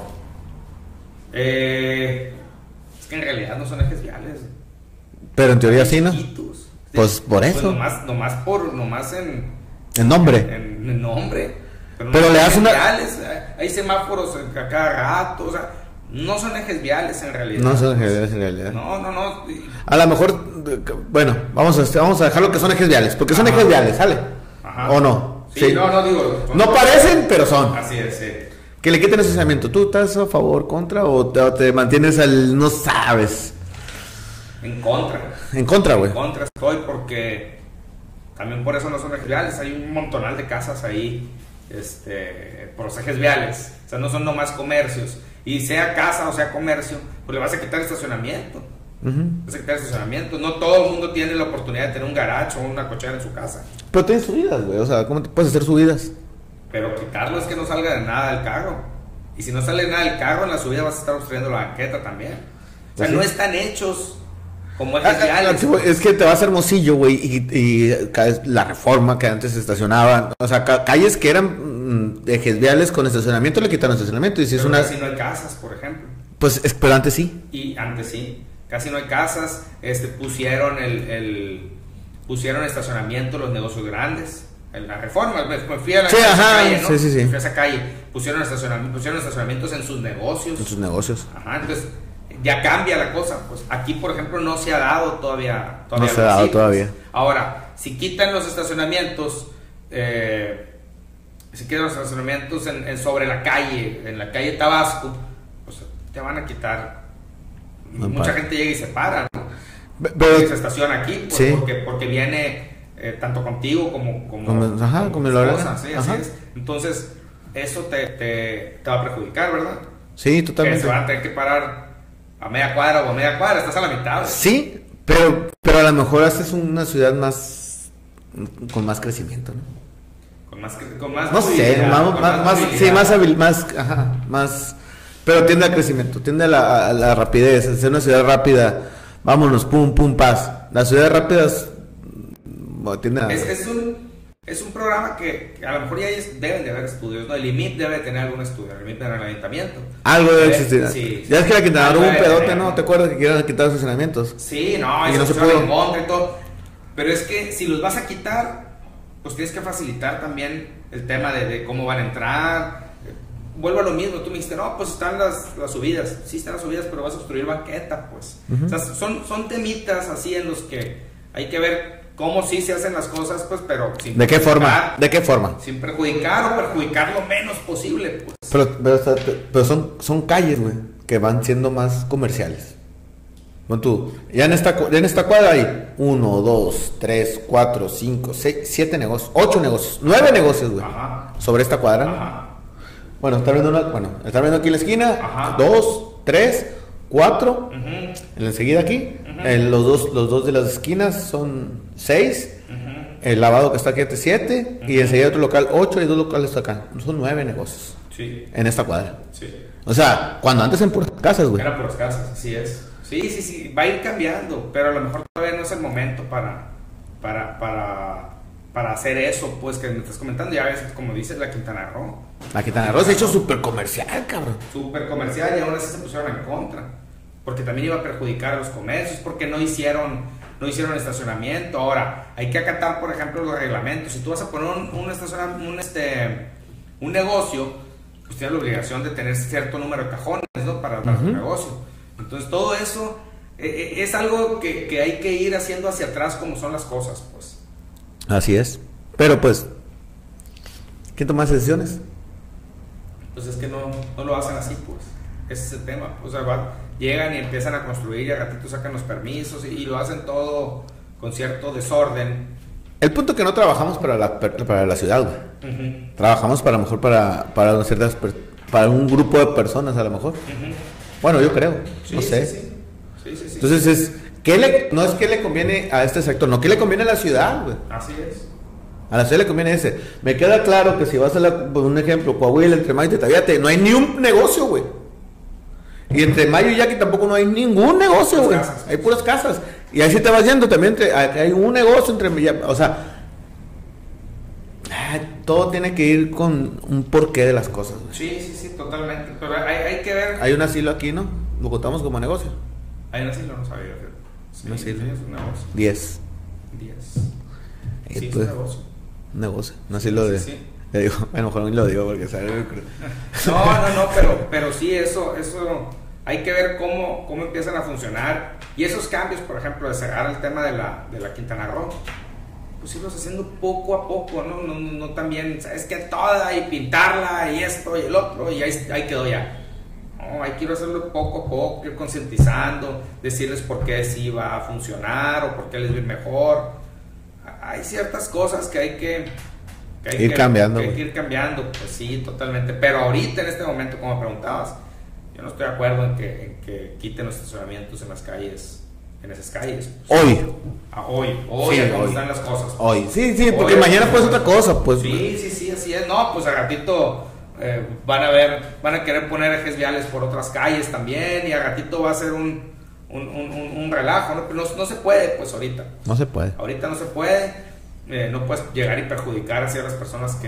B: Es que en realidad no son ejes viales.
A: Pero en teoría sí, ¿no?
B: Chiquitos.
A: Pues por eso.
B: Pues nomás
A: en nombre.
B: En nombre.
A: Pero le das una...
B: Viales, hay semáforos a cada rato, o sea, no son ejes viales en realidad.
A: No son ejes viales en realidad.
B: No.
A: A lo mejor, bueno, vamos a dejar lo que son ejes viales, porque son ejes viales, ¿sale?
B: Ajá.
A: ¿O no?
B: Sí, no digo.
A: No parecen, pero son.
B: Así es, sí.
A: Que le quiten el estacionamiento. ¿Tú estás a favor, contra o te mantienes no sabes?
B: En contra.
A: En contra, güey.
B: En contra estoy porque también por eso no son ejes viales. Hay un montonal de casas ahí, por los ejes viales. O sea, no son nomás comercios. Y sea casa o sea comercio, pues le vas a quitar estacionamiento. Vas a quitar estacionamiento. No todo el mundo tiene la oportunidad de tener un garage o una cochera en su casa.
A: Pero tienes subidas, güey. O sea, ¿cómo te puedes hacer subidas?
B: Pero quitarlo es que no salga de nada del carro. Y si no sale nada del carro, en la subida vas a estar obstruyendo la banqueta también. O sea, ¿sí? No están hechos como ejes viales.
A: Es que te vas a Hermosillo, güey, y la Reforma que antes se estacionaban. O sea, calles que eran ejes viales con estacionamiento, le quitaron estacionamiento. Y si
B: Pero
A: es una...
B: casi no hay casas, por ejemplo.
A: Pues, pero antes sí.
B: Y antes sí, casi no hay casas. Pusieron estacionamiento los negocios grandes. En la reforma, me fui a
A: Sí,
B: esa
A: ajá,
B: calle, ¿no?
A: sí.
B: Me fui a esa calle. Pusieron estacionamientos en sus negocios.
A: En sus negocios.
B: Ajá, entonces ya cambia la cosa. Pues aquí, por ejemplo, no se ha dado todavía.
A: No se ha dado todavía.
B: Ahora, si quitan los estacionamientos, sobre la calle, en la calle Tabasco, pues te van a quitar. Mucha gente llega y se para, ¿no?
A: Pero,
B: y se estaciona aquí, pues,
A: sí.
B: porque viene tanto contigo como
A: como
B: tu
A: lo
B: esposa, sí, así
A: ajá.
B: es. Entonces, eso te va a perjudicar, ¿verdad?
A: Sí,
B: Que
A: totalmente.
B: se van a tener que parar a media cuadra o a media cuadra, estás a la mitad.
A: Sí, pero a lo mejor haces una ciudad más con más crecimiento, ¿no?
B: Con más
A: No sé,
B: movilidad.
A: más, pero tiende al crecimiento, tiende a la rapidez, a ser una ciudad rápida, vámonos, pum, pum, paz. Las ciudades rápidas tienden a...
B: Es un programa que a lo mejor ya deben de haber estudios, ¿no? El IMIP debe de tener algún estudio, el IMIP del ayuntamiento.
A: Algo debe existir.
B: Sí,
A: ya es que la Quintana Roo hubo un pedote,
B: tener,
A: ¿no? ¿Te acuerdas que querían quitar los estacionamientos?
B: Sí, no,
A: Y
B: eso
A: no se
B: se
A: pudo.
B: en contra y todo. Pero es que si los vas a quitar, pues tienes que facilitar también el tema de cómo van a entrar. Vuelvo a lo mismo, tú me dijiste, no, pues están las subidas. Sí, están las subidas, pero vas a construir banqueta, pues.
A: Uh-huh.
B: O sea, son temitas así en los que hay que ver cómo sí se hacen las cosas, pues, pero sin
A: ¿De qué forma?
B: perjudicar-
A: ¿De qué forma?
B: Sin perjudicar o perjudicar lo menos posible, pues.
A: Pero son calles, güey, que van siendo más comerciales. Pon tú, ya en esta cuadra hay 1, 2, 3, 4, 5, 6, 7 negocios, 8 negocios, 9 negocios, güey.
B: Ajá.
A: Sobre esta cuadra, ¿no?
B: Ajá.
A: Bueno, está viendo aquí en la esquina,
B: Ajá.
A: 2, 3, 4,
B: Ujú.
A: en la enseguida aquí,
B: Ujú.
A: los dos de las esquinas son 6,
B: Ujú.
A: el lavado que está aquí es 7, y enseguida otro local 8 y 2 locales acá. Son 9 negocios
B: Sí,
A: en esta cuadra.
B: sí.
A: O sea, cuando antes en puras casas, güey.
B: Era por las casas, así es. Sí, va a ir cambiando, pero a lo mejor todavía no es el momento para hacer eso, pues, que me estás comentando. Ya ves, como dices, la Quintana Roo.
A: La Quintana Roo se ha hecho súper comercial, cabrón.
B: Súper comercial y aún así se pusieron en contra. Porque también iba a perjudicar a los comercios, porque no hicieron estacionamiento. Ahora, hay que acatar, por ejemplo, los reglamentos. Si tú vas a poner un negocio, pues tienes la obligación de tener cierto número de cajones, ¿no? Para tu negocio. Entonces, todo eso es algo que hay que ir haciendo hacia atrás como son las cosas, pues.
A: Así es. Pero pues, ¿quién toma esas decisiones?
B: Pues es que no lo hacen así, pues. Ese es el tema. O sea, llegan y empiezan a construir y a ratito sacan los permisos y lo hacen todo con cierto desorden.
A: El punto es que no trabajamos para la ciudad, güey.
B: Uh-huh.
A: Trabajamos para un grupo de personas, a lo mejor.
B: Uh-huh.
A: Bueno, yo creo.
B: Sí,
A: no sé.
B: Sí.
A: Entonces, no es que le conviene a este sector, no, que le conviene a la ciudad, güey.
B: Así es.
A: A la ciudad le conviene ese. Me queda claro que si vas por un ejemplo, Coahuila, entre Mayo y Tetaviate, no hay ni un negocio, güey. Y entre Mayo y Yaqui tampoco no hay ningún negocio, güey. Hay puras casas. Y ahí sí te vas yendo también, hay un negocio entre... O sea, todo tiene que ir con un porqué de las cosas, güey.
B: Sí, totalmente. Pero hay que ver...
A: Hay un asilo aquí, ¿no? Lo contamos como negocio.
B: Hay un asilo, no sabía. Sí,
A: Un asilo.
B: sí, es un negocio.
A: 10.
B: 10.
A: Y
B: Sí, es
A: pues,
B: un negocio.
A: un negocio. Un asilo de...
B: Sí.
A: Le digo, a lo mejor no lo digo porque sabe.
B: No, pero sí, eso hay que ver cómo empiezan a funcionar. Y esos cambios, por ejemplo, de cerrar el tema de la Quintana Roo, pues irlos haciendo poco a poco, no también, ¿sabes qué? Toda y pintarla y esto y el otro y ahí quedó ya. No, hay que ir a hacerlo poco a poco, ir concientizando, decirles por qué sí va a funcionar o por qué les va a ir mejor. Hay ciertas cosas que hay que
A: ir cambiando.
B: Que hay que ir cambiando, pues sí, totalmente. Pero ahorita, en este momento, como preguntabas, yo no estoy de acuerdo en que quiten los estacionamientos en las calles, en esas calles. Pues.
A: Hoy.
B: Hoy,
A: Sí,
B: cómo
A: hoy.
B: están las cosas.
A: Hoy. Sí, porque
B: Hoy,
A: mañana pues otra cosa, pues.
B: Sí, así es. No, pues a ratito van a querer poner ejes viales por otras calles también y a ratito va a ser un relajo, ¿no? Pero no se puede, pues ahorita.
A: No se puede.
B: Ahorita no se puede. No puedes llegar y perjudicar a ciertas personas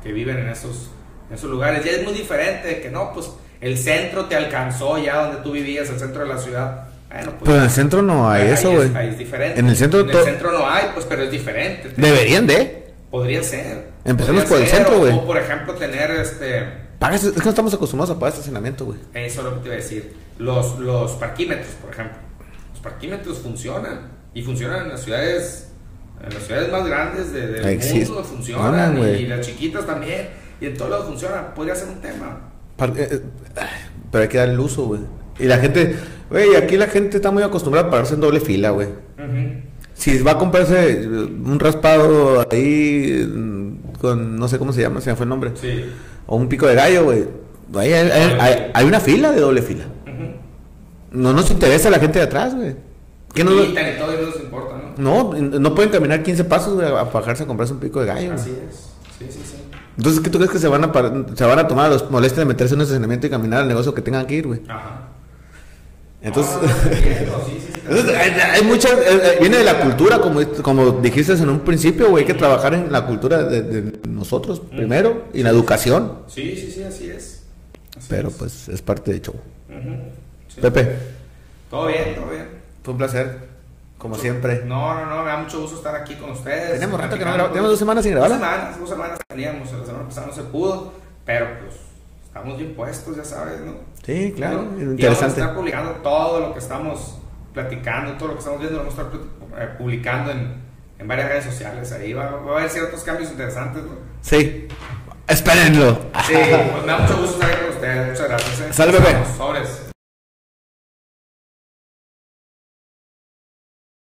B: que viven en esos lugares. Ya es muy diferente, que no, pues el centro te alcanzó ya donde tú vivías, el centro de la ciudad. Bueno, pues,
A: pero en el centro no hay eso, güey.
B: Ahí es diferente.
A: En el centro
B: no hay, pues, pero es diferente.
A: Deberían de.
B: Podría ser.
A: Empecemos por el centro, güey.
B: O, por ejemplo, tener
A: Pagas, es que no estamos acostumbrados a pagar estacionamiento, güey.
B: Eso es lo que te iba a decir. Los parquímetros, por ejemplo. Los parquímetros funcionan. Y funcionan en las ciudades más grandes del mundo. Funcionan. Y las chiquitas también. Y en todos lados funcionan. Podría ser un tema.
A: Pero hay que dar el uso, güey. Y la gente, güey, aquí la gente está muy acostumbrada a pararse en doble fila, güey. Si va a comprarse un raspado ahí con, no sé cómo se llama, se me fue el nombre.
B: Sí.
A: O un pico de gallo, güey. Hay una fila de doble fila. No nos interesa la gente de atrás, güey.
B: Que no y todo eso les importa, ¿no?
A: No pueden caminar 15 pasos, güey, a bajarse a comprarse un pico de gallo.
B: Así es. Sí.
A: Entonces, ¿qué tú crees que se van a tomar los molestias de meterse en un estacionamiento y caminar al negocio que tengan que ir, güey?
B: Ajá.
A: Entonces,
B: sí.
A: Entonces hay muchas, viene de la cultura, como dijiste en un principio, güey, hay que trabajar en la cultura de nosotros primero y en la educación.
B: Sí, así es.
A: Pero pues es parte del show.
B: Sí.
A: Pepe.
B: Todo bien.
A: Fue un placer, como siempre.
B: No, me da mucho gusto estar aquí con ustedes.
A: Tenemos rato que no grabamos, tenemos 2 semanas sin grabar.
B: 2 semanas teníamos, la semana pasada no se pudo, pero pues estamos bien puestos, ya sabes, ¿no?
A: Sí, claro,
B: ¿no?
A: interesante.
B: Y vamos a estar publicando todo lo que estamos platicando, todo lo que estamos viendo, lo vamos a estar publicando en varias redes sociales. Ahí va a haber ciertos cambios interesantes, ¿no?
A: Sí, espérenlo.
B: Sí, pues me da mucho gusto estar aquí con ustedes. Muchas gracias.
A: Salve, Pepe.
B: Sobres.